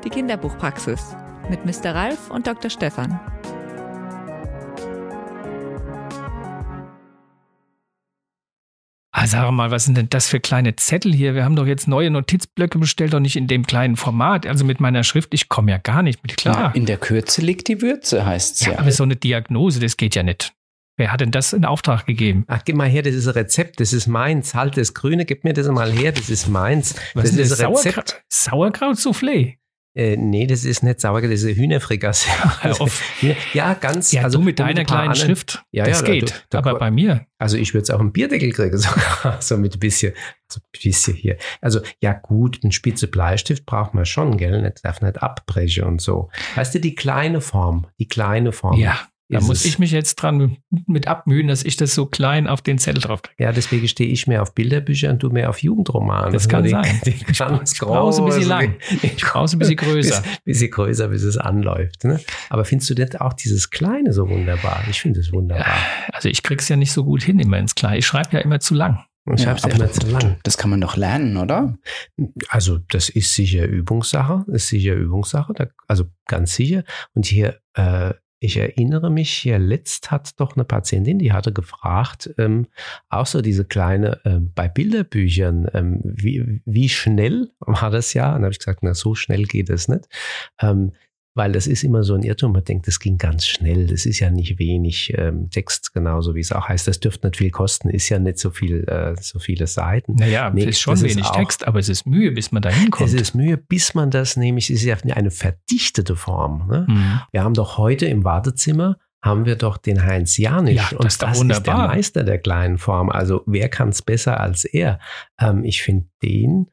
Die Kinderbuchpraxis mit Mr. Ralf und Dr. Stefan. Sag mal, was sind denn das für kleine Zettel hier? Wir haben doch jetzt neue Notizblöcke bestellt, doch nicht in dem kleinen Format. Also mit meiner Schrift, ich komme ja gar nicht mit klar. Ja, in der Kürze liegt die Würze, heißt es ja. Aber so eine Diagnose, das geht ja nicht. Wer hat denn das in Auftrag gegeben? Ach, gib mal her, das ist ein Rezept, das ist meins. Halt das Grüne, gib mir das mal her, das ist meins. Was das ist ein Rezept. Sauerkraut-Soufflé? Nee, das ist nicht Sauerkraut, das ist Hühnerfrikassee. Ja, ganz. Ja, also du mit deiner kleinen Schrift, das geht. Aber bei mir. Also ich würde es auch im Bierdeckel kriegen, sogar so mit ein bisschen hier. Also ja gut, ein spitze Bleistift braucht man schon, gell? Das darf nicht abbrechen und so. Weißt du, die kleine Form. Ja. Da muss ich mich jetzt dran mit abmühen, dass ich das so klein auf den Zettel drauf kriege. Ja, deswegen stehe ich mehr auf Bilderbücher und du mehr auf Jugendromane. Das kann sein. Ich brauche es ein bisschen lang. Ich brauche es ein bisschen größer. Bisschen größer, bis es anläuft. Ne? Aber findest du denn auch dieses Kleine so wunderbar? Ich finde es wunderbar. Also ich kriege es ja nicht so gut hin, immer ins Kleine. Ich schreibe ja immer zu lang. Ich schreibe es ja immer zu lang. Das kann man doch lernen, oder? Also das ist sicher Übungssache. Also ganz sicher. Und hier ich erinnere mich, hier letzt hat doch eine Patientin, die hatte gefragt, auch so diese kleine, bei Bilderbüchern, wie schnell war das ja? Und da habe ich gesagt, na, so schnell geht es nicht. Weil das ist immer so ein Irrtum, man denkt, das ging ganz schnell, das ist ja nicht wenig Text, genauso wie es auch heißt, das dürfte nicht viel kosten, ist ja nicht so viele Seiten. Naja, es ist schon wenig Text, aber es ist Mühe, bis man da hinkommt. Es ist Mühe, bis man das nämlich, es ist ja eine verdichtete Form. Ne? Mhm. Wir haben doch heute im Wartezimmer, haben wir doch den Heinz Janisch und das ist der Meister der kleinen Form. Also wer kann es besser als er? Ich finde den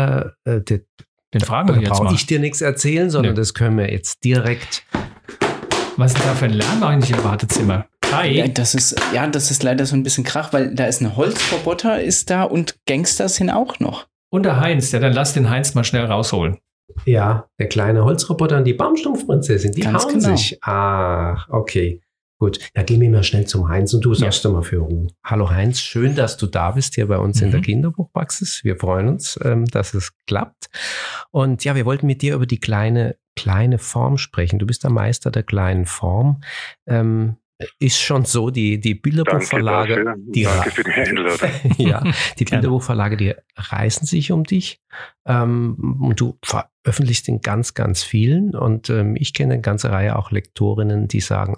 fragen wir jetzt mal. Brauche ich dir nichts erzählen, sondern das können wir jetzt direkt. Was ist denn da für ein Lärm eigentlich im Wartezimmer? Ja, das ist leider so ein bisschen Krach, weil da ist ein Holzroboter ist da und Gangster sind auch noch. Und der Heinz, dann lass den Heinz mal schnell rausholen. Ja, der kleine Holzroboter und die Baumstumpfprinzessin, die ganz hauen genau. sich. Ach, okay. Gut, dann gehen wir mal schnell zum Heinz und du sagst doch mal für Ruhe. Hallo Heinz, schön, dass du da bist hier bei uns in der Kinderbuchpraxis. Wir freuen uns, dass es klappt. Und ja, wir wollten mit dir über die kleine Form sprechen. Du bist der Meister der kleinen Form. Ist schon so, die Bilderbuchverlage, Danke für die Einladung. Ja, die Bilderbuchverlage, die reißen sich um dich. Und du veröffentlichst in ganz, ganz vielen. Und ich kenne eine ganze Reihe auch Lektorinnen, die sagen,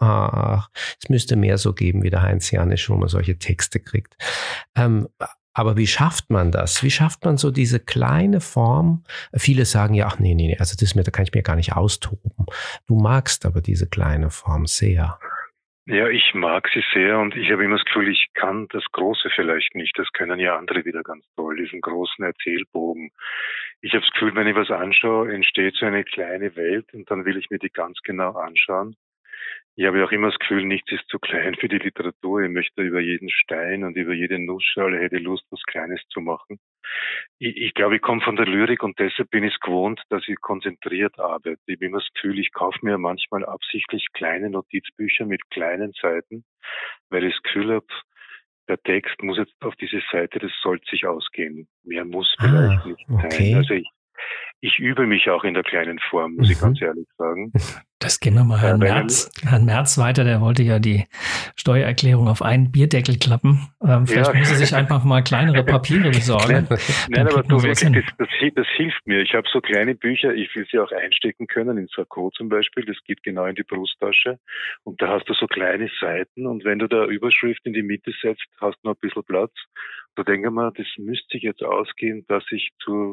es müsste mehr so geben wie der Heinz Janisch, wo man solche Texte kriegt. Aber wie schafft man das? Wie schafft man so diese kleine Form? Viele sagen ja, nee, also da kann ich mir gar nicht austoben. Du magst aber diese kleine Form sehr. Ja, ich mag sie sehr und ich habe immer das Gefühl, ich kann das Große vielleicht nicht. Das können ja andere wieder ganz toll, diesen großen Erzählbogen. Ich habe das Gefühl, wenn ich was anschaue, entsteht so eine kleine Welt und dann will ich mir die ganz genau anschauen. Ich habe auch immer das Gefühl, nichts ist zu klein für die Literatur. Ich möchte über jeden Stein und über jede Nussschale hätte Lust, was Kleines zu machen. Ich glaube, ich komme von der Lyrik und deshalb bin ich es gewohnt, dass ich konzentriert arbeite. Ich habe immer das Gefühl, ich kaufe mir manchmal absichtlich kleine Notizbücher mit kleinen Seiten, weil ich das Gefühl habe, der Text muss jetzt auf diese Seite, das soll sich ausgehen. Mehr muss vielleicht nicht sein. Also ich übe mich auch in der kleinen Form, muss ich ganz ehrlich sagen. Das gehen wir mal Herrn Merz weiter, der wollte ja die Steuererklärung auf einen Bierdeckel klappen. Vielleicht muss er sich einfach mal kleinere Papiere besorgen. Nein, aber du wirklich, das hilft mir. Ich habe so kleine Bücher, ich will sie auch einstecken können, in Sakko zum Beispiel, das geht genau in die Brusttasche und da hast du so kleine Seiten und wenn du da Überschrift in die Mitte setzt, hast du noch ein bisschen Platz. Da denke ich mir, das müsste sich jetzt ausgehen, dass ich zur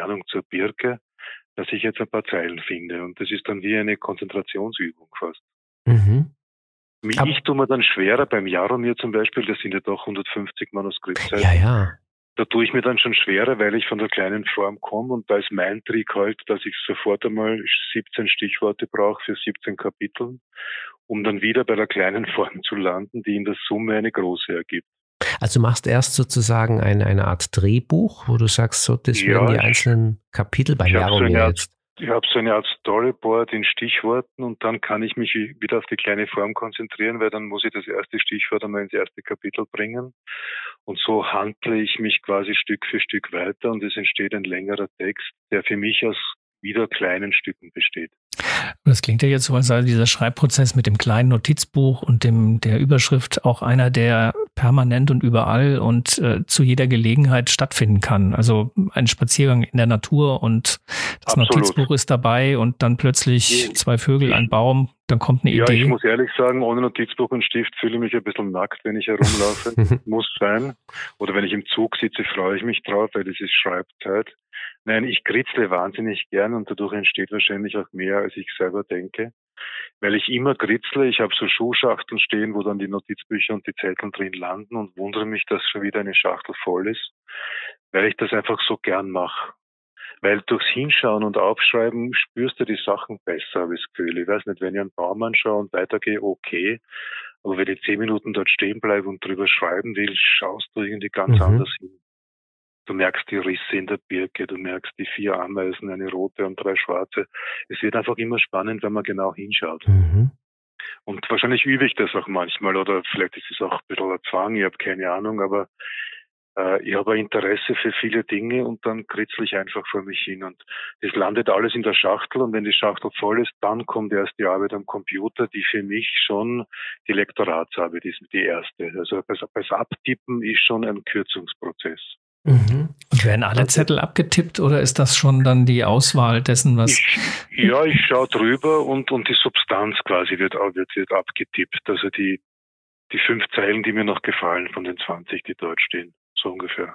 Birke, dass ich jetzt ein paar Zeilen finde. Und das ist dann wie eine Konzentrationsübung fast. Mhm. Ich tue mir dann schwerer beim Jaromir zum Beispiel, das sind ja doch 150 Manuskriptseiten. Ja. Da tue ich mir dann schon schwerer, weil ich von der kleinen Form komme und da ist mein Trick halt, dass ich sofort einmal 17 Stichworte brauche für 17 Kapitel, um dann wieder bei der kleinen Form zu landen, die in der Summe eine große ergibt. Also du machst erst sozusagen eine Art Drehbuch, wo du sagst, so, das wären die einzelnen Kapitel bei Jaromir jetzt. Ich habe so eine Art Storyboard in Stichworten und dann kann ich mich wieder auf die kleine Form konzentrieren, weil dann muss ich das erste Stichwort einmal ins erste Kapitel bringen. Und so handle ich mich quasi Stück für Stück weiter und es entsteht ein längerer Text, der für mich als wieder kleinen Stücken besteht. Das klingt ja jetzt so, als sei dieser Schreibprozess mit dem kleinen Notizbuch und der Überschrift auch einer, der permanent und überall und zu jeder Gelegenheit stattfinden kann. Also ein Spaziergang in der Natur und das Notizbuch ist dabei und dann plötzlich 2 Vögel, ein Baum, dann kommt eine Idee. Ja, ich muss ehrlich sagen, ohne Notizbuch und Stift fühle ich mich ein bisschen nackt, wenn ich herumlaufe. Muss sein. Oder wenn ich im Zug sitze, freue ich mich drauf, weil das ist Schreibzeit. Nein, ich kritzle wahnsinnig gern und dadurch entsteht wahrscheinlich auch mehr, als ich selber denke. Weil ich immer kritzle, ich habe so Schuhschachteln stehen, wo dann die Notizbücher und die Zettel drin landen und wundere mich, dass schon wieder eine Schachtel voll ist, weil ich das einfach so gern mache. Weil durchs Hinschauen und Aufschreiben spürst du die Sachen besser, habe ich das Gefühl. Ich weiß nicht, wenn ich einen Baum anschaue und weitergehe, okay. Aber wenn ich 10 Minuten dort stehen bleibe und drüber schreiben will, schaust du irgendwie ganz anders hin. Du merkst die Risse in der Birke, du merkst die 4 Ameisen, eine rote und 3 schwarze. Es wird einfach immer spannend, wenn man genau hinschaut. Und wahrscheinlich übe ich das auch manchmal oder vielleicht ist es auch ein bisschen ein Zwang, ich habe keine Ahnung, aber ich habe ein Interesse für viele Dinge und dann kritzel ich einfach vor mich hin und das landet alles in der Schachtel und wenn die Schachtel voll ist, dann kommt erst die Arbeit am Computer, die für mich schon die Lektoratsarbeit ist, die erste. Also das Abtippen ist schon ein Kürzungsprozess. Und werden alle Zettel abgetippt oder ist das schon dann die Auswahl dessen, was... Ich schaue drüber und die Substanz quasi wird abgetippt. Also die 5 Zeilen, die mir noch gefallen von den 20, die dort stehen. So ungefähr.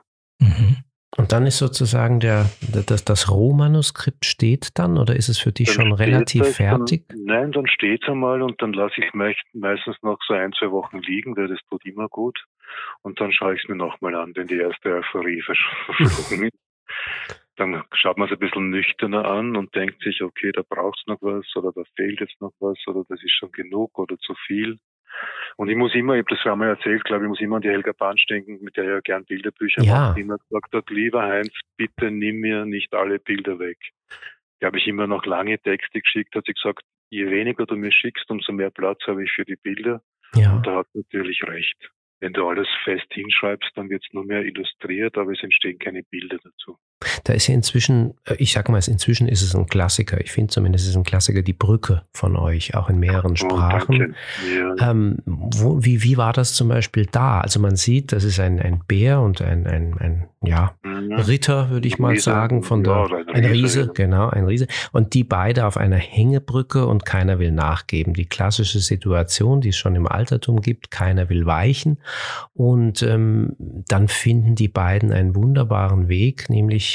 Und dann ist sozusagen das Rohmanuskript steht dann oder ist es für dich schon relativ fertig? Dann steht es einmal und dann lasse ich meistens noch so 1-2 Wochen liegen, weil das tut immer gut. Und dann schaue ich es mir nochmal an, wenn die erste Euphorie verschwunden ist. Dann schaut man es ein bisschen nüchterner an und denkt sich, okay, da braucht es noch was oder da fehlt jetzt noch was oder das ist schon genug oder zu viel. Und ich muss immer, ich habe das einmal erzählt, glaube ich, muss immer an die Helga Bansch denken, mit der ja gern Bilderbücher macht, die immer gesagt hat, lieber Heinz, bitte nimm mir nicht alle Bilder weg. Die habe ich immer noch lange Texte geschickt, hat sie gesagt, je weniger du mir schickst, umso mehr Platz habe ich für die Bilder. Ja. Und da hat natürlich recht. Wenn du alles fest hinschreibst, dann wird es nur mehr illustriert, aber es entstehen keine Bilder dazu. Da ist ja inzwischen, ich sage mal, inzwischen ist es ein Klassiker. Ich finde zumindest, es ist ein Klassiker, die Brücke von euch, auch in mehreren Sprachen. Ja. Wie war das zum Beispiel da? Also man sieht, das ist ein Bär und ein Ritter, würde ich mal sagen, ein Riese, genau, ein Riese. Und die beide auf einer Hängebrücke und keiner will nachgeben. Die klassische Situation, die es schon im Altertum gibt, keiner will weichen. Und dann finden die beiden einen wunderbaren Weg, nämlich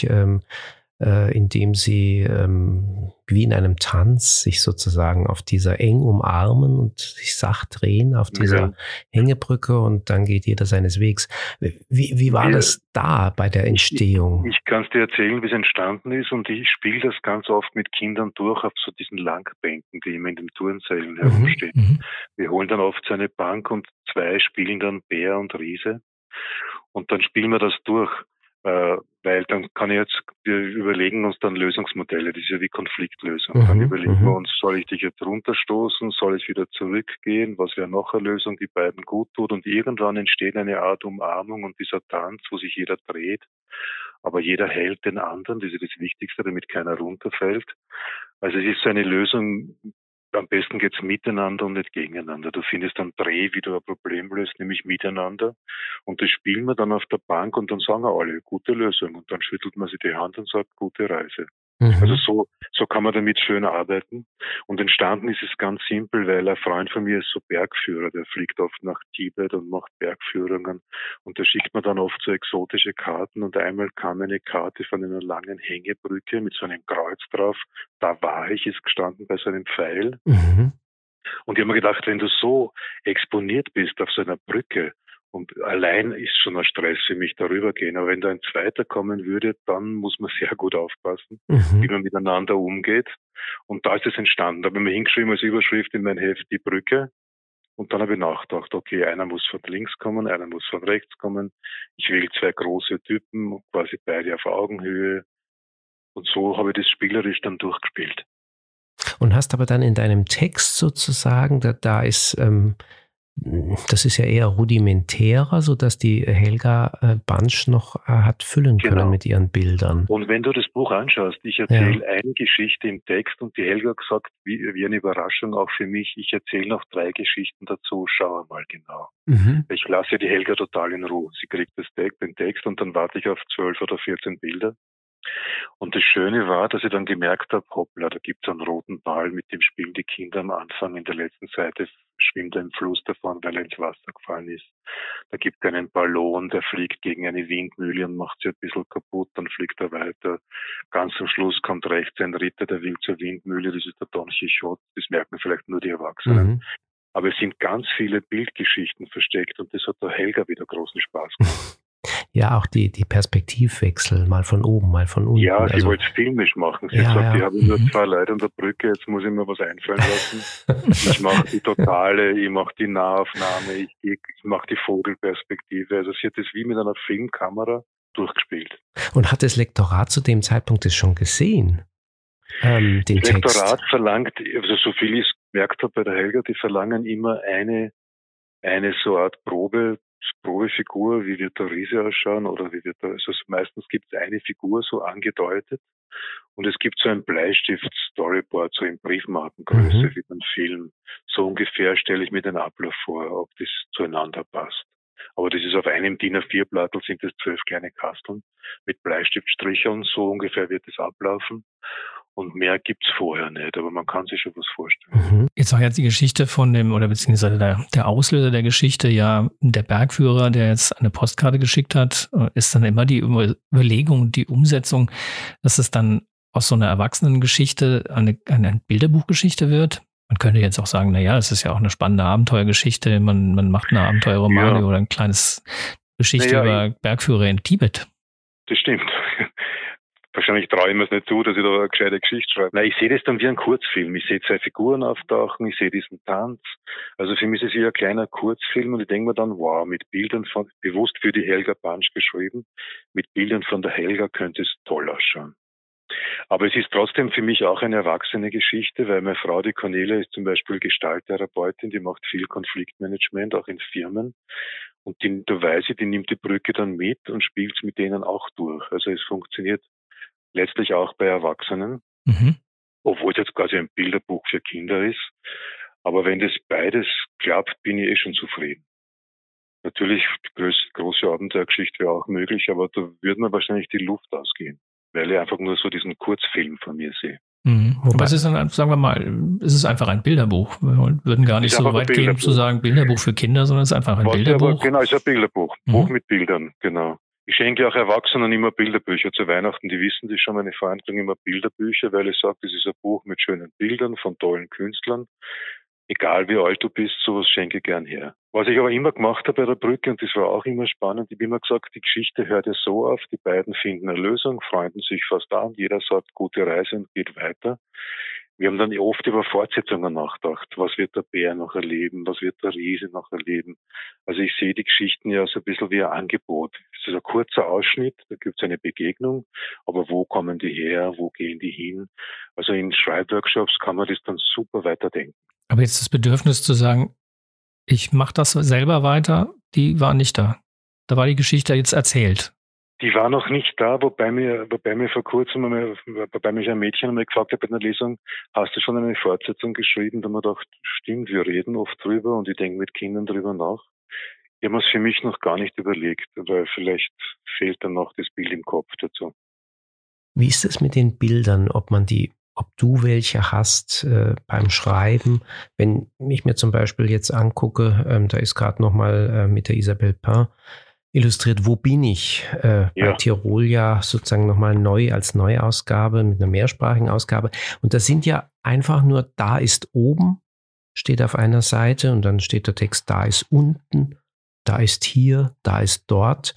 indem sie wie in einem Tanz sich sozusagen auf dieser eng umarmen und sich sacht drehen auf dieser Hängebrücke und dann geht jeder seines Wegs. Wie war das da bei der Entstehung? Ich kann es dir erzählen, wie es entstanden ist und ich spiele das ganz oft mit Kindern durch auf so diesen Langbänken, die immer in den Turnsälen herumstehen. Wir holen dann oft so eine Bank und 2 spielen dann Bär und Riese und dann spielen wir das durch. Weil dann wir überlegen uns dann Lösungsmodelle, das ist ja wie Konfliktlösung. Dann überlegen wir uns, soll ich dich jetzt runterstoßen, soll ich wieder zurückgehen, was wäre noch eine Lösung, die beiden gut tut und irgendwann entsteht eine Art Umarmung und dieser Tanz, wo sich jeder dreht, aber jeder hält den anderen, das ist das Wichtigste, damit keiner runterfällt. Also es ist so eine Lösung, am besten geht's miteinander und nicht gegeneinander. Du findest einen Dreh, wie du ein Problem löst, nämlich miteinander. Und das spielen wir dann auf der Bank und dann sagen alle, gute Lösung. Und dann schüttelt man sich die Hand und sagt, gute Reise. Also so kann man damit schön arbeiten. Und entstanden ist es ganz simpel, weil ein Freund von mir ist so Bergführer, der fliegt oft nach Tibet und macht Bergführungen. Und da schickt man dann oft so exotische Karten. Und einmal kam eine Karte von einer langen Hängebrücke mit so einem Kreuz drauf. Da war ich, ist gestanden bei so einem Pfeil. Und ich habe mir gedacht, wenn du so exponiert bist auf so einer Brücke, und allein ist schon ein Stress für mich, darüber gehen. Aber wenn da ein zweiter kommen würde, dann muss man sehr gut aufpassen, wie man miteinander umgeht. Und da ist es entstanden. Da habe ich mir hingeschrieben als Überschrift in mein Heft die Brücke. Und dann habe ich nachgedacht, okay, einer muss von links kommen, einer muss von rechts kommen. Ich will 2 große Typen, quasi beide auf Augenhöhe. Und so habe ich das spielerisch dann durchgespielt. Und hast aber dann in deinem Text sozusagen, da ist das ist ja eher rudimentärer, sodass die Helga Bansch noch hat füllen können mit ihren Bildern. Und wenn du das Buch anschaust, ich erzähle eine Geschichte im Text und die Helga hat gesagt, wie eine Überraschung auch für mich, ich erzähle noch 3 Geschichten dazu, schau mal genau. Ich lasse die Helga total in Ruhe. Sie kriegt den Text und dann warte ich auf 12 oder 14 Bilder. Und das Schöne war, dass ich dann gemerkt habe, hoppla, da gibt es einen roten Ball, mit dem spielen die Kinder am Anfang. In der letzten Seite schwimmt ein Fluss davon, weil er ins Wasser gefallen ist. Da gibt es einen Ballon, der fliegt gegen eine Windmühle und macht sie ein bisschen kaputt, dann fliegt er weiter. Ganz am Schluss kommt rechts ein Ritter, der will zur Windmühle, das ist der Don Quixote, das merken vielleicht nur die Erwachsenen. Aber es sind ganz viele Bildgeschichten versteckt und das hat der Helga wieder großen Spaß gemacht. Ja, auch die Perspektivwechsel, mal von oben, mal von unten. Ja, sie wollte es filmisch machen. Sie hat gesagt, ich habe nur 2 Leute an der Brücke, jetzt muss ich mir was einfallen lassen. Ich mache die Totale, ich mache die Nahaufnahme, ich mache die Vogelperspektive. Also sie hat das wie mit einer Filmkamera durchgespielt. Und hat das Lektorat zu dem Zeitpunkt das schon gesehen? Den das Lektorat Text? Verlangt, also so viel ich gemerkt habe bei der Helga, die verlangen immer eine so Art Probefigur, wie wird der Riese ausschauen oder wie wird also meistens gibt es eine Figur so angedeutet und es gibt so ein Bleistift-Storyboard, so in Briefmarkengröße wie beim Film. So ungefähr stelle ich mir den Ablauf vor, ob das zueinander passt. Aber das ist auf einem DIN A4-Blattl sind das 12 kleine Kasteln mit Bleistiftstricheln, so ungefähr wird es ablaufen. Und mehr gibt's vorher nicht, aber man kann sich schon was vorstellen. Jetzt war jetzt die Geschichte von dem, oder beziehungsweise der Auslöser der Geschichte, ja, der Bergführer, der jetzt eine Postkarte geschickt hat, ist dann immer die Überlegung, die Umsetzung, dass es dann aus so einer Erwachsenengeschichte eine Bilderbuchgeschichte wird. Man könnte jetzt auch sagen, naja, es ist ja auch eine spannende Abenteuergeschichte, man macht eine Abenteuerromane oder ein kleines Geschichte über Bergführer in Tibet. Das stimmt. Wahrscheinlich traue ich mir es nicht zu, dass ich da eine gescheite Geschichte schreibe. Nein, ich sehe das dann wie ein Kurzfilm. Ich sehe 2 Figuren auftauchen, ich sehe diesen Tanz. Also für mich ist es wie ein kleiner Kurzfilm und ich denke mir dann, wow, mit Bildern bewusst für die Helga Bansch geschrieben, mit Bildern von der Helga könnte es toll ausschauen. Aber es ist trotzdem für mich auch eine erwachsene Geschichte, weil meine Frau, die Cornelia, ist zum Beispiel Gestalttherapeutin, die macht viel Konfliktmanagement, auch in Firmen. Und da weiß ich, die nimmt die Brücke dann mit und spielt es mit denen auch durch. Also es funktioniert letztlich auch bei Erwachsenen, obwohl es jetzt quasi ein Bilderbuch für Kinder ist. Aber wenn das beides klappt, bin ich schon zufrieden. Natürlich, die große Abenteuergeschichte wäre auch möglich, aber da würde mir wahrscheinlich die Luft ausgehen, weil ich einfach nur so diesen Kurzfilm von mir sehe. Wobei es ist dann, sagen wir mal, es ist einfach ein Bilderbuch. Wir würden gar nicht so weit gehen zu sagen Bilderbuch für Kinder, sondern es ist einfach ein Bilderbuch. Aber, genau, es ist ein Bilderbuch. Buch mit Bildern, genau. Ich schenke auch Erwachsenen immer Bilderbücher zu Weihnachten. Die wissen das schon, meine Freunde kriegen immer Bilderbücher, weil ich sage, das ist ein Buch mit schönen Bildern von tollen Künstlern. Egal wie alt du bist, sowas schenke ich gern her. Was ich aber immer gemacht habe bei der Brücke, und das war auch immer spannend, ich habe immer gesagt, die Geschichte hört ja so auf, die beiden finden eine Lösung, freunden sich fast an, jeder sagt gute Reise und geht weiter. Wir haben dann oft über Fortsetzungen nachgedacht. Was wird der Bär noch erleben? Was wird der Riese noch erleben? Also ich sehe die Geschichten ja so ein bisschen wie ein Angebot. Es ist ein kurzer Ausschnitt, da gibt es eine Begegnung, aber wo kommen die her? Wo gehen die hin? Also in Schreibworkshops kann man das dann super weiterdenken. Aber jetzt das Bedürfnis zu sagen, ich mache das selber weiter, die war nicht da. Da war die Geschichte jetzt erzählt. Die war noch nicht da, wobei mir vor kurzem wobei mich ein Mädchen einmal gefragt hat bei einer Lesung, hast du schon eine Fortsetzung geschrieben? Da haben wir gedacht, stimmt, wir reden oft drüber und ich denke mit Kindern drüber nach. Ich habe es für mich noch gar nicht überlegt, weil vielleicht fehlt dann noch das Bild im Kopf dazu. Wie ist es mit den Bildern, ob du welche hast beim Schreiben? Wenn ich mir zum Beispiel jetzt angucke, da ist gerade nochmal mit der Isabelle Pain illustriert, wo bin ich? Bei Tirol ja sozusagen nochmal neu als Neuausgabe mit einer mehrsprachigen Ausgabe. Und das sind ja einfach nur, da ist oben, steht auf einer Seite und dann steht der Text, da ist unten, da ist hier, da ist dort.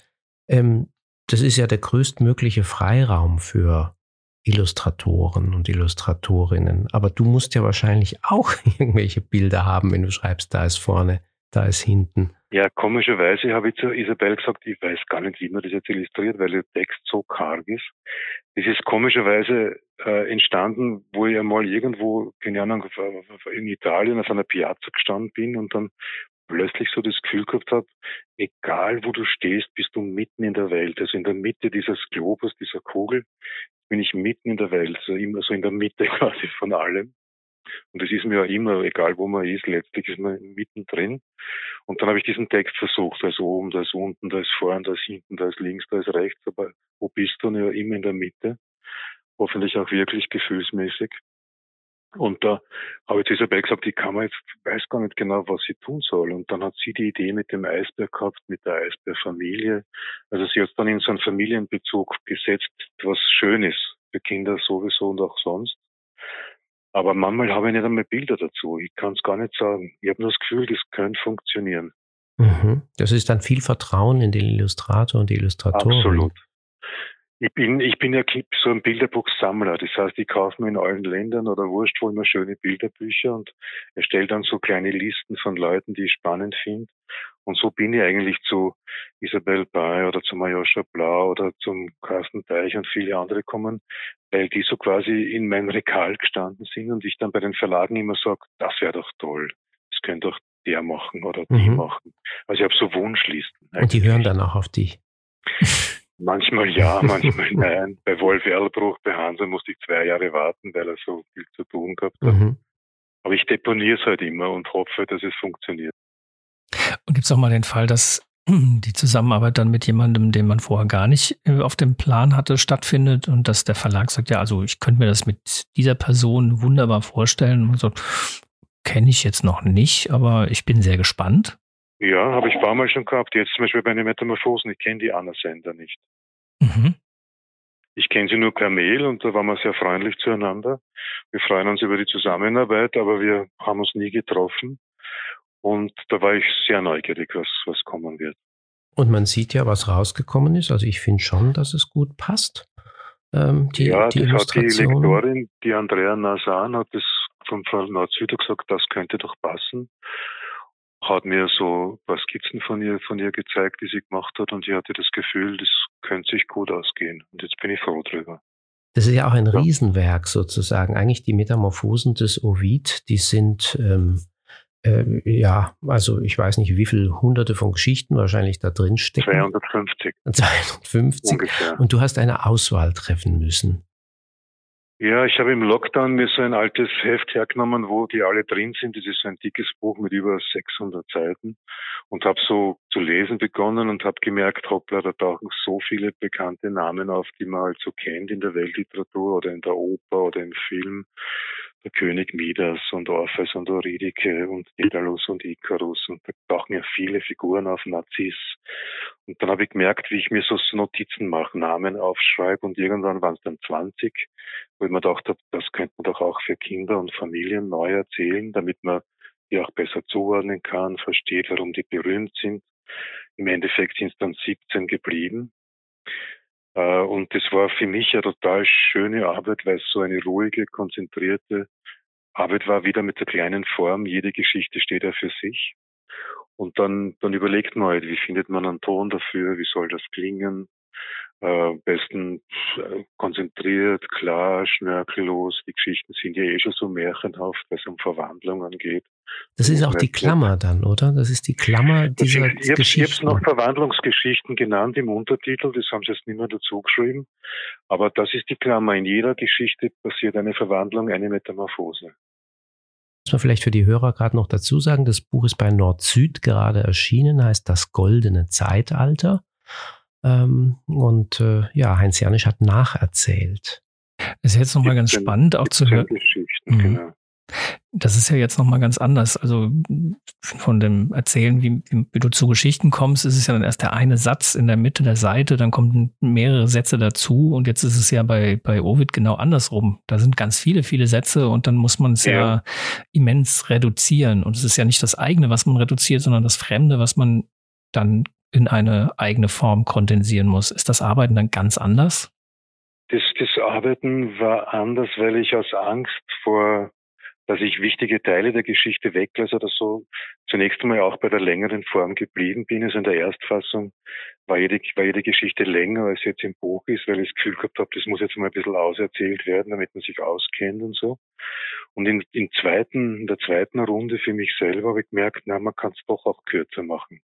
Das ist ja der größtmögliche Freiraum für Illustratoren und Illustratorinnen. Aber du musst ja wahrscheinlich auch irgendwelche Bilder haben, wenn du schreibst, da ist vorne, da ist hinten. Ja, komischerweise habe ich zu Isabelle gesagt, ich weiß gar nicht, wie man das jetzt illustriert, weil der Text so karg ist. Das ist komischerweise entstanden, wo ich einmal irgendwo, keine Ahnung, in Italien auf einer Piazza gestanden bin und dann plötzlich so das Gefühl gehabt habe, egal wo du stehst, bist du mitten in der Welt. Also in der Mitte dieses Globus, dieser Kugel, bin ich mitten in der Welt, so immer so in der Mitte quasi von allem. Und das ist mir ja immer, egal wo man ist, letztlich ist man mittendrin. Und dann habe ich diesen Text versucht, da ist oben, da ist unten, da ist vorn, da ist hinten, da ist links, da ist rechts, aber wo bist du? Ja, immer in der Mitte. Hoffentlich auch wirklich gefühlsmäßig. Und da habe ich Isabel gesagt, die kann man jetzt, weiß gar nicht genau, was sie tun soll. Und dann hat sie die Idee mit dem Eisbär gehabt, mit der Eisbärfamilie. Also sie hat es dann in so einen Familienbezug gesetzt, was schön ist, für Kinder sowieso und auch sonst. Aber manchmal habe ich nicht einmal Bilder dazu. Ich kann es gar nicht sagen. Ich habe nur das Gefühl, das könnte funktionieren. Mhm. Das ist dann viel Vertrauen in den Illustrator und die Illustratorin. Absolut. Ich bin ja so ein Bilderbuchsammler. Das heißt, ich kaufe mir in allen Ländern oder wurscht wo immer schöne Bilderbücher und erstelle dann so kleine Listen von Leuten, die ich spannend finde. Und so bin ich eigentlich zu Isabel Bay oder zu Majoscha Blau oder zum Carsten Teich und viele andere gekommen, weil die so quasi in mein Regal gestanden sind und ich dann bei den Verlagen immer sage, das wäre doch toll. Das könnte doch der machen oder die machen. Also ich habe so Wunschlisten. Eigentlich. Und die hören dann auch auf dich? Manchmal ja, manchmal nein. Bei Wolf Erlbruch, bei Hansa musste ich 2 Jahre warten, weil er so viel zu tun gehabt hat. Aber ich deponiere es halt immer und hoffe, dass es funktioniert. Und gibt es auch mal den Fall, dass die Zusammenarbeit dann mit jemandem, den man vorher gar nicht auf dem Plan hatte, stattfindet und dass der Verlag sagt, ja, also ich könnte mir das mit dieser Person wunderbar vorstellen. Und man sagt, kenne ich jetzt noch nicht, aber ich bin sehr gespannt. Ja, habe ich ein paar Mal schon gehabt. Jetzt zum Beispiel bei den Metamorphosen. Ich kenne die Anna Sender nicht. Ich kenne sie nur per Mail und da waren wir sehr freundlich zueinander. Wir freuen uns über die Zusammenarbeit, aber wir haben uns nie getroffen. Und da war ich sehr neugierig, was kommen wird. Und man sieht ja, was rausgekommen ist. Also ich finde schon, dass es gut passt. Das hat die Lektorin, die Andrea Nasan, hat das vom Fall Nord-Süd gesagt, das könnte doch passen. Hat mir so ein paar Skizzen von ihr gezeigt, die sie gemacht hat, und ich hatte das Gefühl, das könnte sich gut ausgehen. Und jetzt bin ich froh drüber. Das ist ja auch ein Riesenwerk sozusagen. Eigentlich die Metamorphosen des Ovid, die sind, also ich weiß nicht, wie viele Hunderte von Geschichten wahrscheinlich da drin stecken. 250. 250. Ungefähr. Und du hast eine Auswahl treffen müssen. Ja, ich habe im Lockdown mir so ein altes Heft hergenommen, wo die alle drin sind. Das ist so ein dickes Buch mit über 600 Seiten und habe so zu lesen begonnen und habe gemerkt, hoppla, da tauchen so viele bekannte Namen auf, die man halt so kennt in der Weltliteratur oder in der Oper oder im Film. Der König Midas und Orpheus und Eurydike und Daedalus und Ikarus, und da tauchen ja viele Figuren auf, Narziss. Und dann habe ich gemerkt, wie ich mir so Notizen mache, Namen aufschreibe, und irgendwann waren es dann 20, wo ich mir gedacht habe, das könnte man doch auch für Kinder und Familien neu erzählen, damit man die auch besser zuordnen kann, versteht, warum die berühmt sind. Im Endeffekt sind es dann 17 geblieben. Und das war für mich eine total schöne Arbeit, weil es so eine ruhige, konzentrierte Arbeit war, wieder mit der kleinen Form. Jede Geschichte steht ja für sich. Und dann überlegt man halt, wie findet man einen Ton dafür, wie soll das klingen? Besten konzentriert, klar, schnörkellos. Die Geschichten sind ja schon so märchenhaft, weil es um Verwandlungen geht. Das ist auch die Klammer dann, oder? Das ist die Klammer dieser Geschichten. Ich habe es noch Verwandlungsgeschichten genannt im Untertitel, das haben sie jetzt nicht mehr dazu geschrieben. Aber das ist die Klammer. In jeder Geschichte passiert eine Verwandlung, eine Metamorphose. Muss man vielleicht für die Hörer gerade noch dazu sagen, das Buch ist bei Nord-Süd gerade erschienen, heißt Das Goldene Zeitalter. Heinz Janisch hat nacherzählt. Das ist jetzt nochmal ganz spannend auch zu hören. Genau. Das ist ja jetzt nochmal ganz anders. Also von dem Erzählen, wie du zu Geschichten kommst, ist es ja dann erst der eine Satz in der Mitte der Seite, dann kommen mehrere Sätze dazu, und jetzt ist es ja bei Ovid genau andersrum. Da sind ganz viele Sätze und dann muss man es ja immens reduzieren. Und es ist ja nicht das eigene, was man reduziert, sondern das Fremde, was man dann in eine eigene Form kondensieren muss. Ist das Arbeiten dann ganz anders? Das Arbeiten war anders, weil ich aus Angst vor dass ich wichtige Teile der Geschichte weglasse oder so zunächst einmal auch bei der längeren Form geblieben bin. Also in der Erstfassung war jede Geschichte länger, als jetzt im Buch ist, weil ich das Gefühl gehabt habe, das muss jetzt mal ein bisschen auserzählt werden, damit man sich auskennt und so. Und in der zweiten Runde für mich selber habe ich gemerkt, man kann es doch auch kürzer machen.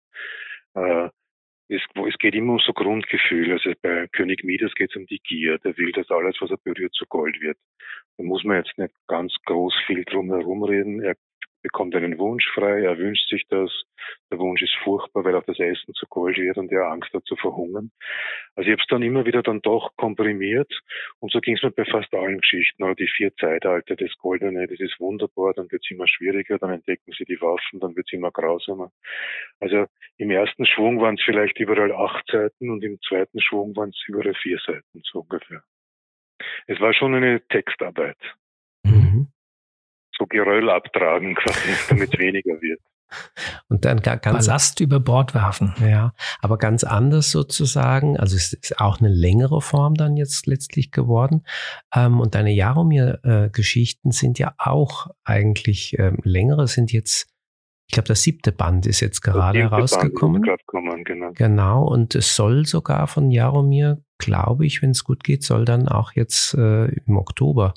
Es geht immer um so Grundgefühl. Also bei König Midas geht es um die Gier. Der will, dass alles, was er berührt, zu Gold wird. Da muss man jetzt nicht ganz groß viel drum herum reden. Er bekommt einen Wunsch frei, er wünscht sich das. Der Wunsch ist furchtbar, weil auch das Essen zu Gold wird und er Angst hat zu verhungern. Also ich habe es dann immer wieder dann doch komprimiert und so ging es mir bei fast allen Geschichten. Also die 4 Zeitalter, das Goldene, das ist wunderbar, dann wird es immer schwieriger, dann entdecken sie die Waffen, dann wird es immer grausamer. Also im ersten Schwung waren es vielleicht überall 8 Seiten und im zweiten Schwung waren es überall 4 Seiten, so ungefähr. Es war schon eine Textarbeit. Mhm. So Geröll abtragen quasi, damit es weniger wird. Und dann ganz Ballast über Bord werfen. Ja, aber ganz anders sozusagen. Also es ist auch eine längere Form dann jetzt letztlich geworden. Und deine Jaromir-Geschichten sind ja auch eigentlich längere. Sind jetzt, ich glaube, das 7. Band ist jetzt gerade herausgekommen. Genau. Und es soll sogar von Jaromir, glaube ich, wenn es gut geht, soll dann auch jetzt im Oktober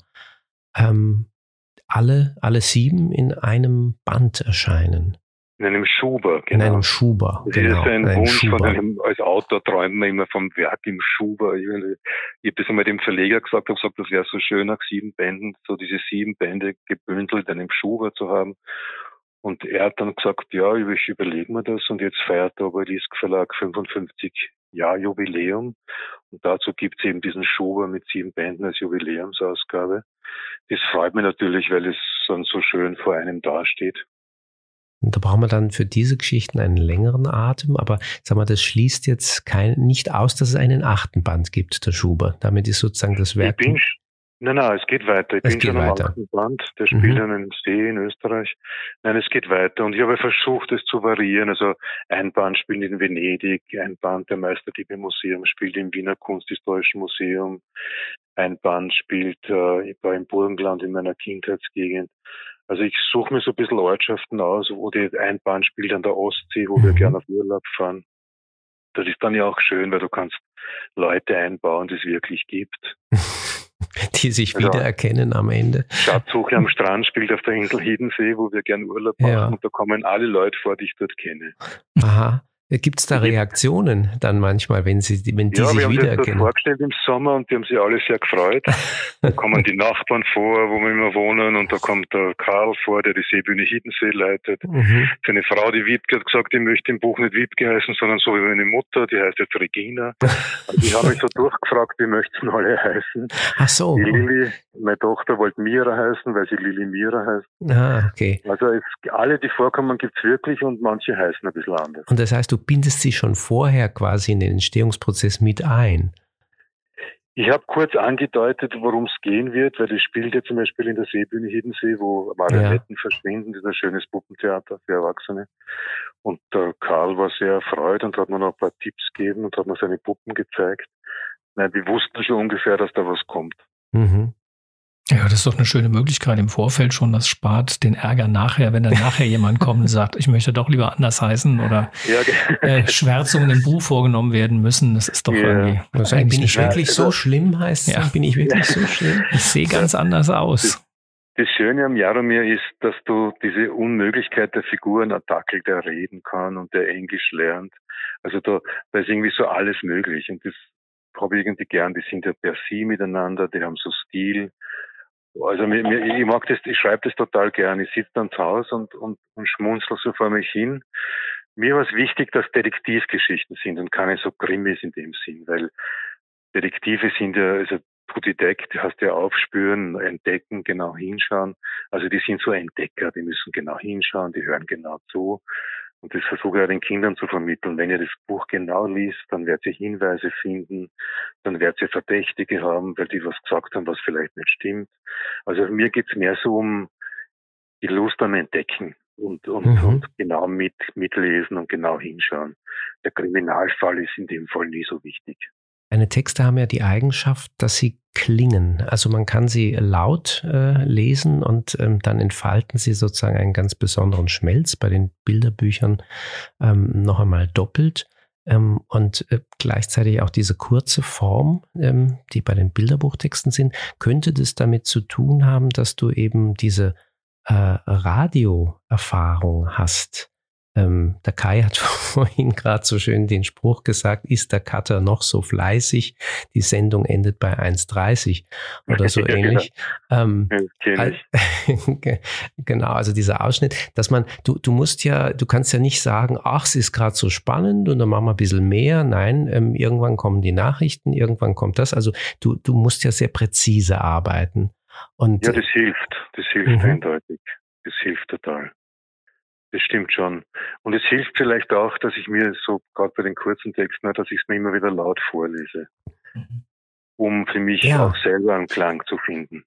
alle 7 in einem Band erscheinen. In einem Schuber, genau. In einem Schuber, das genau. Das ist ein Wunsch von einem, als Autor träumt man immer vom Werk im Schuber. Ich habe das einmal dem Verleger gesagt, das wäre so schön, nach 7 Bänden, so diese 7 Bände gebündelt in einem Schuber zu haben. Und er hat dann gesagt, ja, ich überlege mir das und jetzt feiert der Obelisk Verlag 55 Jahr Jubiläum. Und dazu gibt es eben diesen Schuber mit 7 Bänden als Jubiläumsausgabe. Das freut mich natürlich, weil es dann so schön vor einem dasteht. Und da brauchen wir dann für diese Geschichten einen längeren Atem, aber sag mal, das schließt jetzt nicht aus, dass es einen 8. Band gibt, der Schuber. Damit ist sozusagen das Werk... Nein, es geht weiter. Ich bin schon am 8. Band, der spielt an einem See in Österreich. Nein, es geht weiter. Und ich habe versucht, es zu variieren. Also ein Band spielt in Venedig, ein Band der Meisterdiebe-Museum spielt im Wiener Kunsthistorischen Museum, ein Band spielt war im Burgenland in meiner Kindheitsgegend. Also ich suche mir so ein bisschen Ortschaften aus, wo ein Band spielt an der Ostsee, wo wir gerne auf Urlaub fahren. Das ist dann ja auch schön, weil du kannst Leute einbauen, die es wirklich gibt. Die sich wiedererkennen am Ende. Schatzsuche am Strand spielt auf der Insel Hiddensee, wo wir gern Urlaub machen und da kommen alle Leute vor, die ich dort kenne. Aha. Gibt es da Reaktionen dann manchmal, wenn die sich wiedererkennen? Ja, wir haben das dort vorgestellt im Sommer und die haben sich alle sehr gefreut. Da kommen die Nachbarn vor, wo wir immer wohnen und da kommt der Karl vor, der die Seebühne Hiddensee leitet. Seine Frau, die Wiebke, hat gesagt, ich möchte im Buch nicht Wiebke heißen, sondern so wie meine Mutter, die heißt jetzt Regina. Also die haben mich so durchgefragt, wie möchten alle heißen. Ach so. Die Lili, meine Tochter wollte Mira heißen, weil sie Lili Mira heißt. Ah, okay. Also alle, die vorkommen, gibt es wirklich und manche heißen ein bisschen anders. Und das heißt, du bindest sie schon vorher quasi in den Entstehungsprozess mit ein? Ich habe kurz angedeutet, worum es gehen wird, weil das spielt ja zum Beispiel in der Seebühne Hiddensee, wo Marionetten verschwinden, das ist ein schönes Puppentheater für Erwachsene. Und der Karl war sehr erfreut und hat mir noch ein paar Tipps gegeben und hat mir seine Puppen gezeigt. Nein, die wussten schon ungefähr, dass da was kommt. Mhm. Ja, das ist doch eine schöne Möglichkeit im Vorfeld schon. Das spart den Ärger nachher, wenn dann nachher jemand kommt und sagt, ich möchte doch lieber anders heißen oder Schwärzungen im Buch vorgenommen werden müssen. Das ist doch irgendwie... Bin ich wirklich so schlimm, heißt es? Ja. Bin ich wirklich so schlimm? Ich sehe ganz anders aus. Das Schöne am Jaromir ist, dass du diese Unmöglichkeit der Figuren, ein Dackel, der reden kann und der Englisch lernt. Also da ist irgendwie so alles möglich und das habe ich irgendwie gern. Die sind ja per Sie miteinander, die haben so Stil. Also ich mag das, ich schreibe das total gern. Ich sitze dann zu Hause und schmunzel so vor mich hin. Mir war es wichtig, dass Detektivgeschichten sind und keine so Krimis in dem Sinn, weil Detektive sind ja, also Detect, hast ja aufspüren, entdecken, genau hinschauen. Also die sind so Entdecker, die müssen genau hinschauen, die hören genau zu. Und das versuche ich auch den Kindern zu vermitteln. Wenn ihr das Buch genau liest, dann werdet ihr Hinweise finden, dann werdet ihr Verdächtige haben, weil die was gesagt haben, was vielleicht nicht stimmt. Also mir geht's mehr so um die Lust am Entdecken und genau mitlesen und genau hinschauen. Der Kriminalfall ist in dem Fall nie so wichtig. Deine Texte haben ja die Eigenschaft, dass sie klingen. Also man kann sie laut lesen und dann entfalten sie sozusagen einen ganz besonderen Schmelz, bei den Bilderbüchern noch einmal doppelt. Und gleichzeitig auch diese kurze Form, die bei den Bilderbuchtexten sind. Könnte das damit zu tun haben, dass du eben diese Radioerfahrung hast? Der Kai hat vorhin gerade so schön den Spruch gesagt, ist der Cutter noch so fleißig? Die Sendung endet bei 1:30 oder so ähnlich. Genau, also dieser Ausschnitt, dass man, du kannst ja nicht sagen, ach, es ist gerade so spannend und dann machen wir ein bisschen mehr. Nein, irgendwann kommen die Nachrichten, irgendwann kommt das. Also du musst ja sehr präzise arbeiten. Und, ja, das hilft eindeutig. Das hilft total. Das stimmt schon. Und es hilft vielleicht auch, dass ich mir so, gerade bei den kurzen Texten, dass ich es mir immer wieder laut vorlese, um für mich auch selber einen Klang zu finden.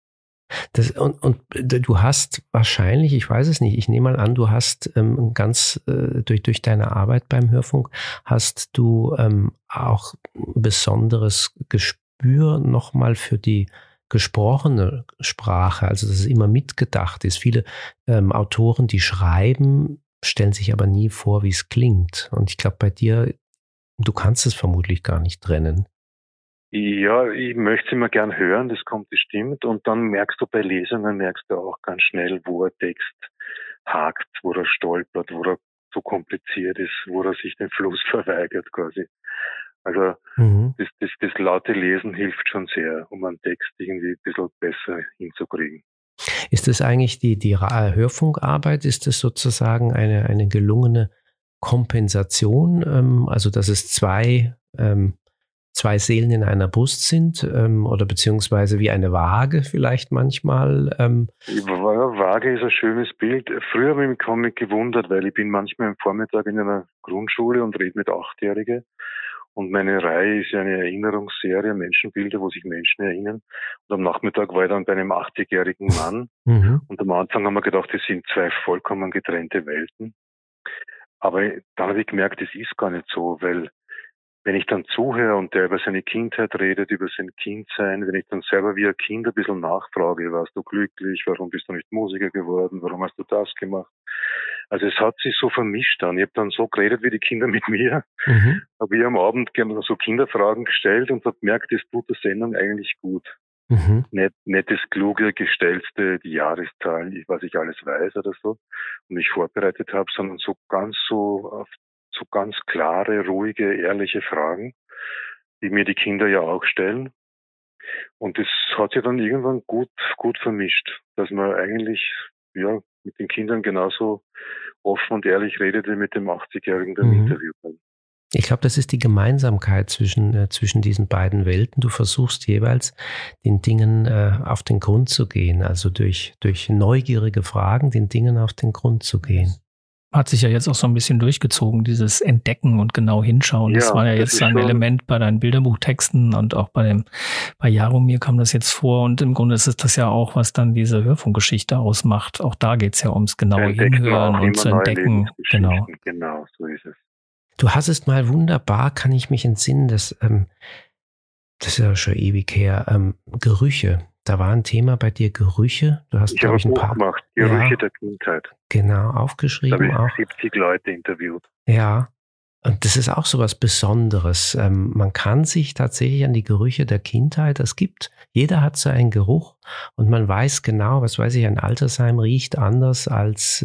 Und du hast wahrscheinlich, ich weiß es nicht, ich nehme mal an, du hast durch deine Arbeit beim Hörfunk, hast du auch ein besonderes Gespür nochmal für die gesprochene Sprache, also dass es immer mitgedacht ist. Viele Autoren, die schreiben, stellen sich aber nie vor, wie es klingt. Und ich glaube, bei dir, du kannst es vermutlich gar nicht trennen. Ja, ich möchte es immer gern hören, das kommt bestimmt. Und dann merkst du bei Lesungen, auch ganz schnell, wo ein Text hakt, wo er stolpert, wo er so kompliziert ist, wo er sich den Fluss verweigert quasi. Also das laute Lesen hilft schon sehr, um einen Text irgendwie ein bisschen besser hinzukriegen. Ist das eigentlich die Hörfunkarbeit, ist das sozusagen eine gelungene Kompensation, also dass es zwei Seelen in einer Brust sind oder beziehungsweise wie eine Waage vielleicht manchmal? Waage ist ein schönes Bild. Früher habe ich mich Comic gewundert, weil ich bin manchmal am Vormittag in einer Grundschule und rede mit Achtjährigen. Und meine Reihe ist ja eine Erinnerungsserie, Menschenbilder, wo sich Menschen erinnern. Und am Nachmittag war ich dann bei einem 80-jährigen Mann. Und am Anfang haben wir gedacht, das sind zwei vollkommen getrennte Welten. Aber dann habe ich gemerkt, das ist gar nicht so, weil wenn ich dann zuhöre und der über seine Kindheit redet, über sein Kindsein, wenn ich dann selber wie ein Kind ein bisschen nachfrage, warst du glücklich, warum bist du nicht Musiker geworden, warum hast du das gemacht? Also es hat sich so vermischt dann. Ich habe dann so geredet wie die Kinder mit mir, habe ich am Abend so Kinderfragen gestellt und habe gemerkt, das tut der Sendung eigentlich gut. Nicht das kluge, gestellte, die Jahreszahlen, was ich alles weiß oder so und mich vorbereitet habe, sondern so ganz klare, ruhige, ehrliche Fragen, die mir die Kinder ja auch stellen. Und das hat sich dann irgendwann gut vermischt, dass man eigentlich mit den Kindern genauso offen und ehrlich redet wie mit dem 80-Jährigen, der im Interview war. Ich glaube, das ist die Gemeinsamkeit zwischen diesen beiden Welten. Du versuchst jeweils den Dingen auf den Grund zu gehen, also durch neugierige Fragen den Dingen auf den Grund zu gehen. Hat sich ja jetzt auch so ein bisschen durchgezogen, dieses Entdecken und genau hinschauen. Ja, das war ja jetzt ein Element bei deinen Bilderbuchtexten und auch bei Jaromir kam das jetzt vor. Und im Grunde ist es das ja auch, was dann diese Hörfunkgeschichte ausmacht. Auch da geht es ja ums genaue Hinhören und zu entdecken. Genau, so ist es. Du hast es mal wunderbar, kann ich mich entsinnen, das ist ja schon ewig her, Gerüche. Da war ein Thema bei dir, Gerüche. Du hast, ich habe ein Buch gemacht, Gerüche der Kindheit. Genau, aufgeschrieben. Da habe ich 70 Leute interviewt. Ja, und das ist auch so was Besonderes. Man kann sich tatsächlich an die Gerüche der Kindheit, jeder hat so einen Geruch und man weiß genau, ein Altersheim riecht anders als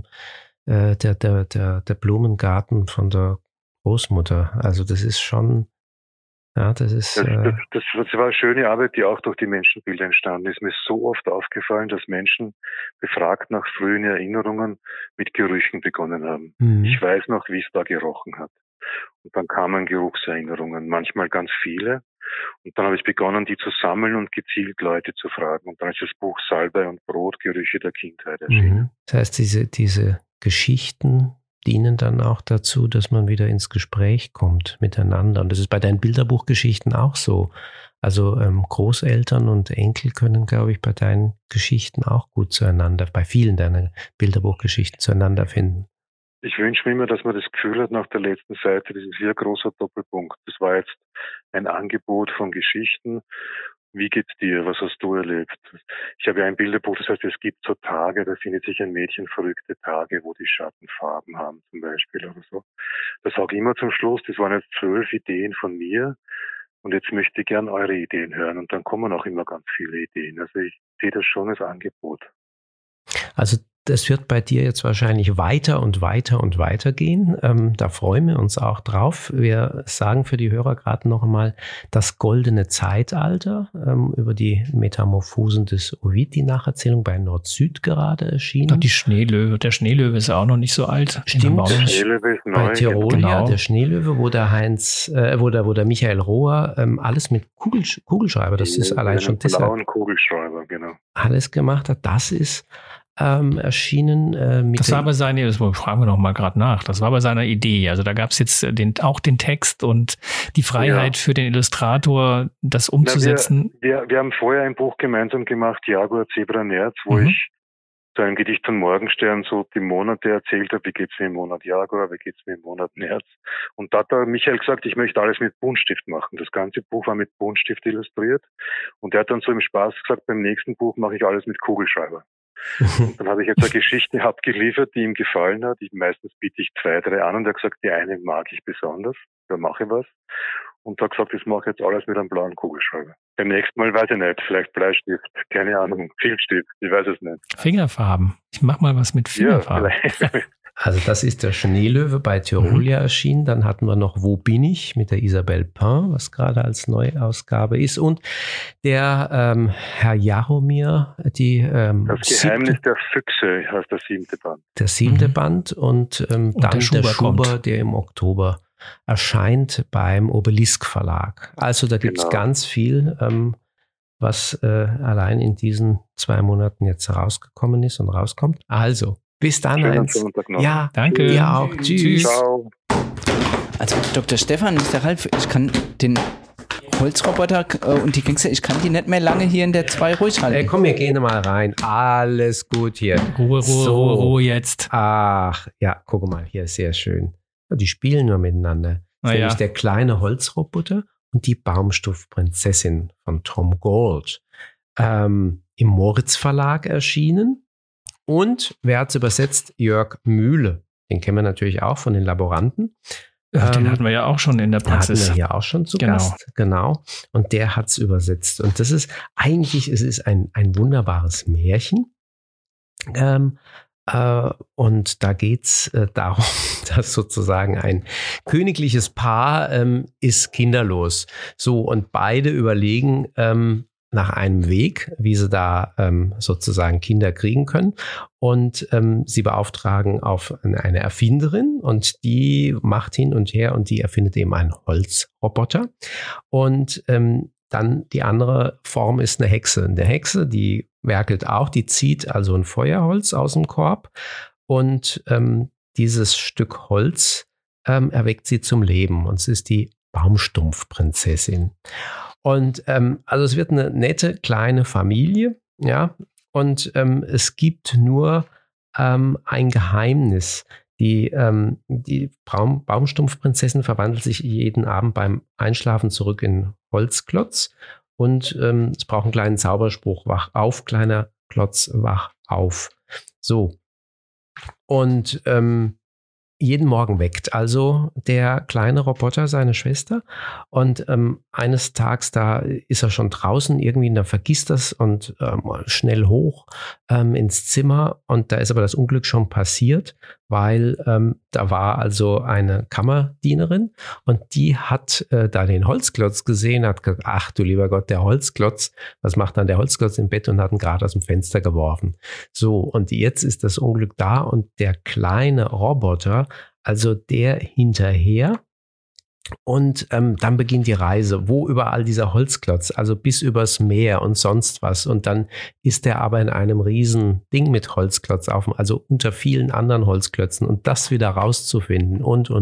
der Blumengarten von der Großmutter. Also das ist schon... Ja, das war eine schöne Arbeit, die auch durch die Menschenbilder entstanden ist. Mir ist so oft aufgefallen, dass Menschen befragt nach frühen Erinnerungen mit Gerüchen begonnen haben. Ich weiß noch, wie es da gerochen hat. Und dann kamen Geruchserinnerungen, manchmal ganz viele. Und dann habe ich begonnen, die zu sammeln und gezielt Leute zu fragen. Und dann ist das Buch Salbei und Brot, Gerüche der Kindheit erschienen. Das heißt, diese Geschichten dienen dann auch dazu, dass man wieder ins Gespräch kommt miteinander. Und das ist bei deinen Bilderbuchgeschichten auch so. Also Großeltern und Enkel können, glaube ich, bei deinen Geschichten auch gut bei vielen deiner Bilderbuchgeschichten zueinander finden. Ich wünsche mir immer, dass man das Gefühl hat nach der letzten Seite, das ist hier ein großer Doppelpunkt. Das war jetzt ein Angebot von Geschichten Wie geht's dir? Was hast du erlebt? Ich habe ja ein Bilderbuch, das heißt, es gibt so Tage, da findet sich ein Mädchen verrückte Tage, wo die Schattenfarben haben zum Beispiel oder so. Das sage ich immer zum Schluss, das waren jetzt 12 Ideen von mir und jetzt möchte ich gern eure Ideen hören und dann kommen auch immer ganz viele Ideen. Also ich sehe das schon als Angebot. Also das wird bei dir jetzt wahrscheinlich weiter und weiter und weiter gehen. Da freuen wir uns auch drauf. Wir sagen für die Hörer gerade noch einmal das goldene Zeitalter über die Metamorphosen des Ovid, die Nacherzählung bei Nord-Süd gerade erschienen. Die Schneelöwe. Der Schneelöwe ist auch noch nicht so alt. Stimmt. Der Schneelöwe ist neu. Bei Tirolia, genau. Der Schneelöwe, wo der wo der Michael Rohr alles mit Kugelschreiber, das ist allein schon deshalb. Blauen Kugelschreiber, genau. Alles gemacht hat. Das ist erschienen. Das war aber das fragen wir noch mal gerade nach, das war aber seiner Idee. Also da gab es jetzt auch den Text und die Freiheit für den Illustrator, das umzusetzen. Wir haben vorher ein Buch gemeinsam gemacht, Jaguar, Zebra, Nerz, wo ich so ein Gedicht von Morgenstern so die Monate erzählt habe, wie geht's mir im Monat Jaguar, wie geht's mir im Monat Nerz. Und da hat der Michael gesagt, ich möchte alles mit Buntstift machen. Das ganze Buch war mit Buntstift illustriert. Und er hat dann so im Spaß gesagt, beim nächsten Buch mache ich alles mit Kugelschreiber. Und dann habe ich jetzt eine Geschichte abgeliefert, die ihm gefallen hat. Meistens biete ich 2, 3 an und er hat gesagt, die eine mag ich besonders, da mache ich was. Und hat gesagt, das mache ich jetzt alles mit einem blauen Kugelschreiber. Beim nächsten Mal weiß ich nicht, vielleicht Bleistift, keine Ahnung, Filzstift, ich weiß es nicht. Fingerfarben. Ich mache mal was mit Fingerfarben. Ja, Also das ist der Schneelöwe bei Tirolia erschienen. Dann hatten wir noch Wo bin ich mit der Isabelle Pin, was gerade als Neuausgabe ist. Und der Herr Jaromir, das Geheimnis der Füchse heißt der 7. Band. Der 7. Band und dann der Schuber, der im Oktober erscheint beim Obelisk Verlag. Also da gibt es ganz viel, was allein in diesen 2 Monaten jetzt rausgekommen ist und rauskommt. Also bis dann. Ja, danke. Dir auch. Tschüss. Ciao. Also Dr. Stefan, Mr. Ralf, ich kann den Holzroboter und die Gangster, ich kann die nicht mehr lange hier in der 2 ruhig halten. Komm, wir gehen mal rein. Alles gut hier. Ruhe jetzt. Ach, ja, guck mal, hier ist sehr schön. Die spielen nur miteinander. Das ist nämlich der kleine Holzroboter und die Baumstoffprinzessin von Tom Gold. Im Moritz Verlag erschienen. Und wer hat es übersetzt? Jörg Mühle. Den kennen wir natürlich auch von den Laboranten. Den hatten wir ja auch schon in der Praxis. Hatten wir hier auch schon zu Gast. Genau. Und der hat es übersetzt. Und das ist eigentlich, es ist ein wunderbares Märchen. Und da geht es darum, dass sozusagen ein königliches Paar ist kinderlos. So, und beide überlegen nach einem Weg, wie sie da sozusagen Kinder kriegen können. Und sie beauftragen auf eine Erfinderin und die macht hin und her und die erfindet eben einen Holzroboter. Und dann die andere Form ist eine Hexe. Eine Hexe, die werkelt auch, die zieht also ein Feuerholz aus dem Korb und dieses Stück Holz erweckt sie zum Leben. Und es ist die Baumstumpfprinzessin. Und also es wird eine nette kleine Familie, ja, und es gibt nur ein Geheimnis. Die Baumstumpfprinzessin verwandelt sich jeden Abend beim Einschlafen zurück in Holzklotz und es braucht einen kleinen Zauberspruch, wach auf, kleiner Klotz, wach auf. So. Und jeden Morgen weckt also der kleine Roboter seine Schwester und eines Tages, da ist er schon draußen irgendwie, da vergisst das und schnell hoch ins Zimmer und da ist aber das Unglück schon passiert, weil da war also eine Kammerdienerin und die hat da den Holzklotz gesehen, hat gesagt, ach du lieber Gott, der Holzklotz, was macht dann der Holzklotz im Bett und hat ihn gerade aus dem Fenster geworfen. So, und jetzt ist das Unglück da und der kleine Roboter, also der hinterher und dann beginnt die Reise, wo überall dieser Holzklotz, also bis übers Meer und sonst was und dann ist er aber in einem riesen Ding mit Holzklotz auf, also unter vielen anderen Holzklötzen und das wieder rauszufinden und.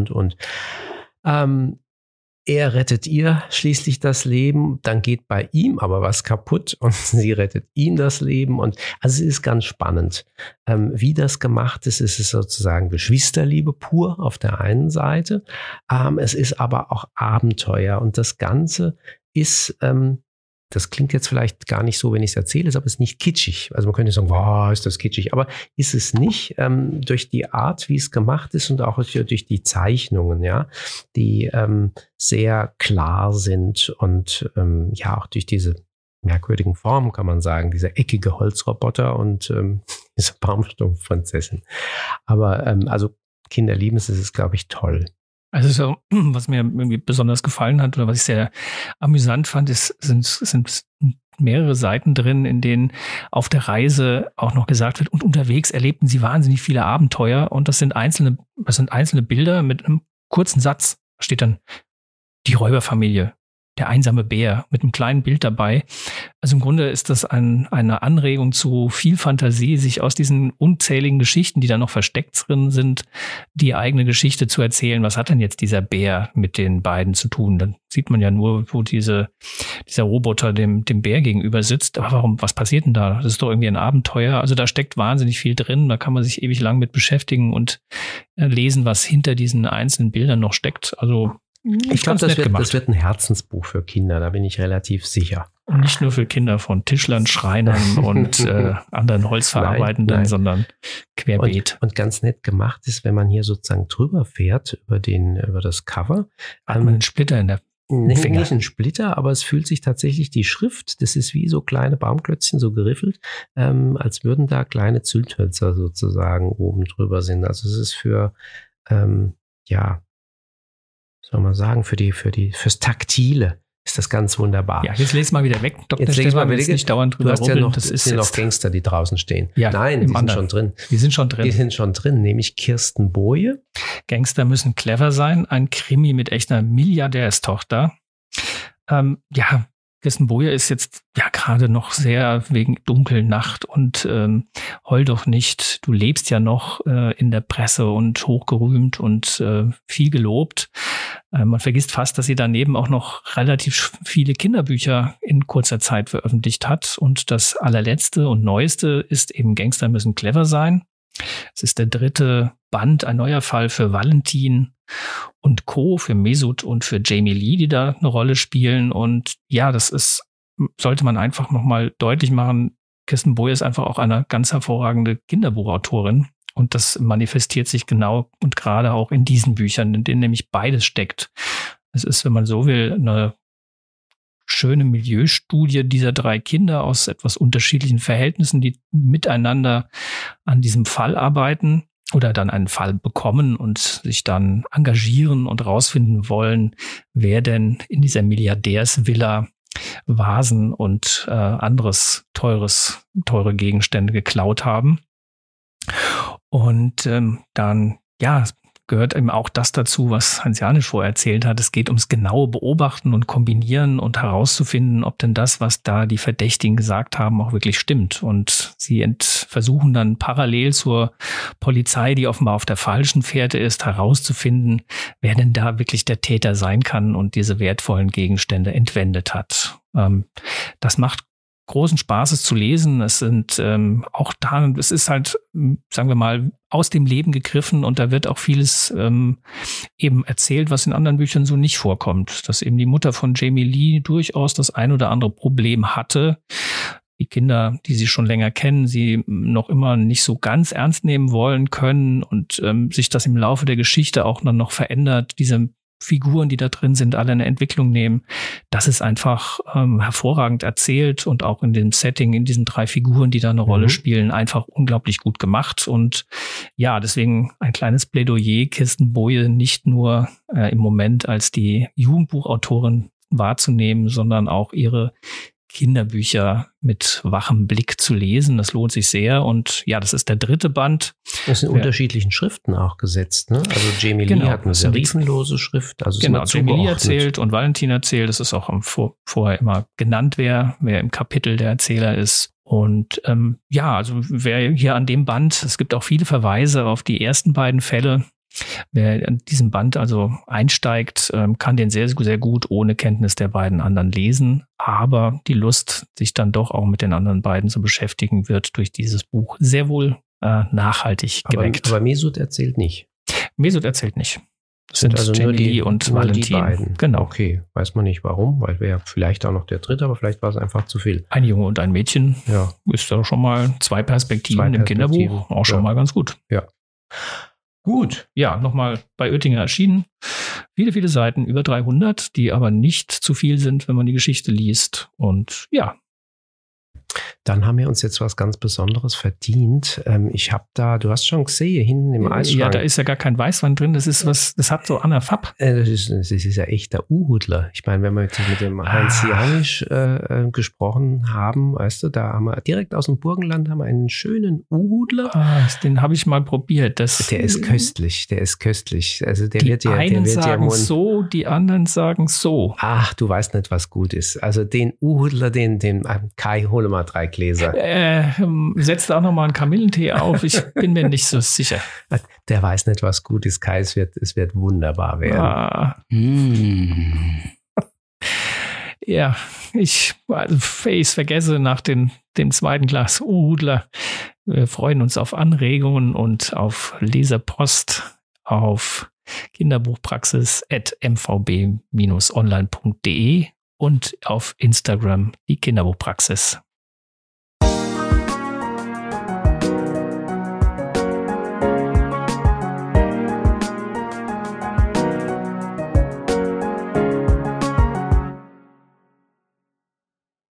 Er rettet ihr schließlich das Leben, dann geht bei ihm aber was kaputt und sie rettet ihm das Leben. Und also es ist ganz spannend. Wie das gemacht ist, ist es sozusagen Geschwisterliebe pur auf der einen Seite. Es ist aber auch Abenteuer und das Ganze ist das klingt jetzt vielleicht gar nicht so, wenn ich es erzähle, aber es ist nicht kitschig. Also man könnte sagen, wow, ist das kitschig. Aber ist es nicht, durch die Art, wie es gemacht ist und auch durch die Zeichnungen, ja, die sehr klar sind und auch durch diese merkwürdigen Formen, kann man sagen, dieser eckige Holzroboter und diese Baumstumpfprinzessin. Aber also Kinder lieben es, ist, glaube ich, toll. Also so, was mir irgendwie besonders gefallen hat oder was ich sehr amüsant fand, sind mehrere Seiten drin, in denen auf der Reise auch noch gesagt wird, und unterwegs erlebten sie wahnsinnig viele Abenteuer, und das sind einzelne Bilder mit einem kurzen Satz. Da steht dann die Räuberfamilie, der einsame Bär mit einem kleinen Bild dabei. Also im Grunde ist das eine Anregung zu viel Fantasie, sich aus diesen unzähligen Geschichten, die da noch versteckt drin sind, die eigene Geschichte zu erzählen. Was hat denn jetzt dieser Bär mit den beiden zu tun? Dann sieht man ja nur, wo dieser Roboter dem Bär gegenüber sitzt. Aber was passiert denn da? Das ist doch irgendwie ein Abenteuer. Also da steckt wahnsinnig viel drin. Da kann man sich ewig lang mit beschäftigen und lesen, was hinter diesen einzelnen Bildern noch steckt. Also ich glaube, das wird ein Herzensbuch für Kinder, da bin ich relativ sicher. Und nicht nur für Kinder von Tischlern, Schreinern und anderen Holzverarbeitenden, sondern querbeet. Und ganz nett gemacht ist, wenn man hier sozusagen drüber fährt über das Cover. Hat man einen Splitter in der Finger. Nicht einen Splitter, aber es fühlt sich tatsächlich die Schrift, das ist wie so kleine Baumklötzchen, so geriffelt, als würden da kleine Zündhölzer sozusagen oben drüber sind. Also es ist für, soll man sagen, fürs Taktile ist das ganz wunderbar. Ja, jetzt lese mal wieder weg, Dr. Stefan, jetzt nicht dauernd drüber rubbeln. Ja, das sind noch Gangster, die draußen stehen. Ja, nein, die sind schon drin. Die sind schon drin. Die sind schon drin, nämlich Kirsten Boje. Gangster müssen clever sein, ein Krimi mit echter Milliardärstochter. Kirsten Boje ist jetzt gerade noch sehr wegen Dunkel, Nacht und heul doch nicht. Du lebst ja noch in der Presse und hochgerühmt und viel gelobt. Man vergisst fast, dass sie daneben auch noch relativ viele Kinderbücher in kurzer Zeit veröffentlicht hat. Und das allerletzte und neueste ist eben Gangster müssen clever sein. Es ist der 3. Band, ein neuer Fall für Valentin und Co., für Mesut und für Jamie Lee, die da eine Rolle spielen. Und ja, sollte man einfach nochmal deutlich machen, Kirsten Boje ist einfach auch eine ganz hervorragende Kinderbuchautorin. Und das manifestiert sich genau und gerade auch in diesen Büchern, in denen nämlich beides steckt. Es ist, wenn man so will, eine schöne Milieustudie dieser 3 Kinder aus etwas unterschiedlichen Verhältnissen, die miteinander an diesem Fall arbeiten oder dann einen Fall bekommen und sich dann engagieren und rausfinden wollen, wer denn in dieser Milliardärsvilla Vasen und anderes teure Gegenstände geklaut haben. Und dann, gehört eben auch das dazu, was Hans Janisch vorher erzählt hat. Es geht ums genaue Beobachten und Kombinieren und herauszufinden, ob denn das, was da die Verdächtigen gesagt haben, auch wirklich stimmt. Und sie versuchen dann parallel zur Polizei, die offenbar auf der falschen Fährte ist, herauszufinden, wer denn da wirklich der Täter sein kann und diese wertvollen Gegenstände entwendet hat. Das macht großen Spaß, es zu lesen. Es sind es ist halt, sagen wir mal, aus dem Leben gegriffen und da wird auch vieles eben erzählt, was in anderen Büchern so nicht vorkommt. Dass eben die Mutter von Jamie Lee durchaus das ein oder andere Problem hatte. Die Kinder, die sie schon länger kennen, sie noch immer nicht so ganz ernst nehmen wollen können und sich das im Laufe der Geschichte auch dann noch verändert. Diese Figuren, die da drin sind, alle eine Entwicklung nehmen. Das ist einfach hervorragend erzählt und auch in dem Setting, in diesen 3 Figuren, die da eine Rolle spielen, einfach unglaublich gut gemacht. Und ja, deswegen ein kleines Plädoyer, Kirsten Boje nicht nur im Moment als die Jugendbuchautorin wahrzunehmen, sondern auch ihre Kinderbücher mit wachem Blick zu lesen. Das lohnt sich sehr. Und ja, das ist der 3. Band. Das sind unterschiedlichen Schriften auch gesetzt, ne? Also Jamie Lee hat eine serifenlose Schrift. Also genau, Jamie Lee erzählt und Valentin erzählt. Das ist auch vorher immer genannt, wer im Kapitel der Erzähler ist. Und also wer hier an dem Band, es gibt auch viele Verweise auf die ersten beiden Fälle. Wer in diesem Band also einsteigt, kann den sehr, sehr gut ohne Kenntnis der beiden anderen lesen. Aber die Lust, sich dann doch auch mit den anderen beiden zu beschäftigen, wird durch dieses Buch sehr wohl nachhaltig geweckt. Aber Mesut erzählt nicht. Mesut erzählt nicht. Das sind also Jamie Lee und Valentin. Die beiden. Genau. Okay, weiß man nicht warum, weil wäre vielleicht auch noch der dritte, aber vielleicht war es einfach zu viel. Ein Junge und ein Mädchen. Ja. Ist doch schon mal 2 Perspektiven im Kinderbuch. Auch schon mal ganz gut. Ja. Gut. Ja, nochmal bei Oettinger erschienen. Viele, viele Seiten, über 300, die aber nicht zu viel sind, wenn man die Geschichte liest. Und ja. Dann haben wir uns jetzt was ganz Besonderes verdient. Ich habe da, du hast schon gesehen, hinten im Eisschrank. Ja, da ist ja gar kein Weißwein drin. Das ist was, das hat so Anna Fapp. Das ist ja echter Uhudler. Ich meine, wenn wir jetzt mit dem Heinz Janisch gesprochen haben, weißt du, da haben wir direkt aus dem Burgenland haben wir einen schönen Uhudler. Den habe ich mal probiert. Der ist köstlich, Also der wird ja, die einen sagen so, die anderen sagen so. Ach, du weißt nicht, was gut ist. Also den Uhudler, den Kai, hole mal 3 Gläser. Setzt auch nochmal einen Kamillentee auf. Ich bin mir nicht so sicher. Der weiß nicht, was gut ist, Kai. Es wird wunderbar werden. Ja, ich vergesse nach dem 2. Glas Uhudler. Wir freuen uns auf Anregungen und auf Leserpost auf kinderbuchpraxis@mvb-online.de und auf Instagram die Kinderbuchpraxis.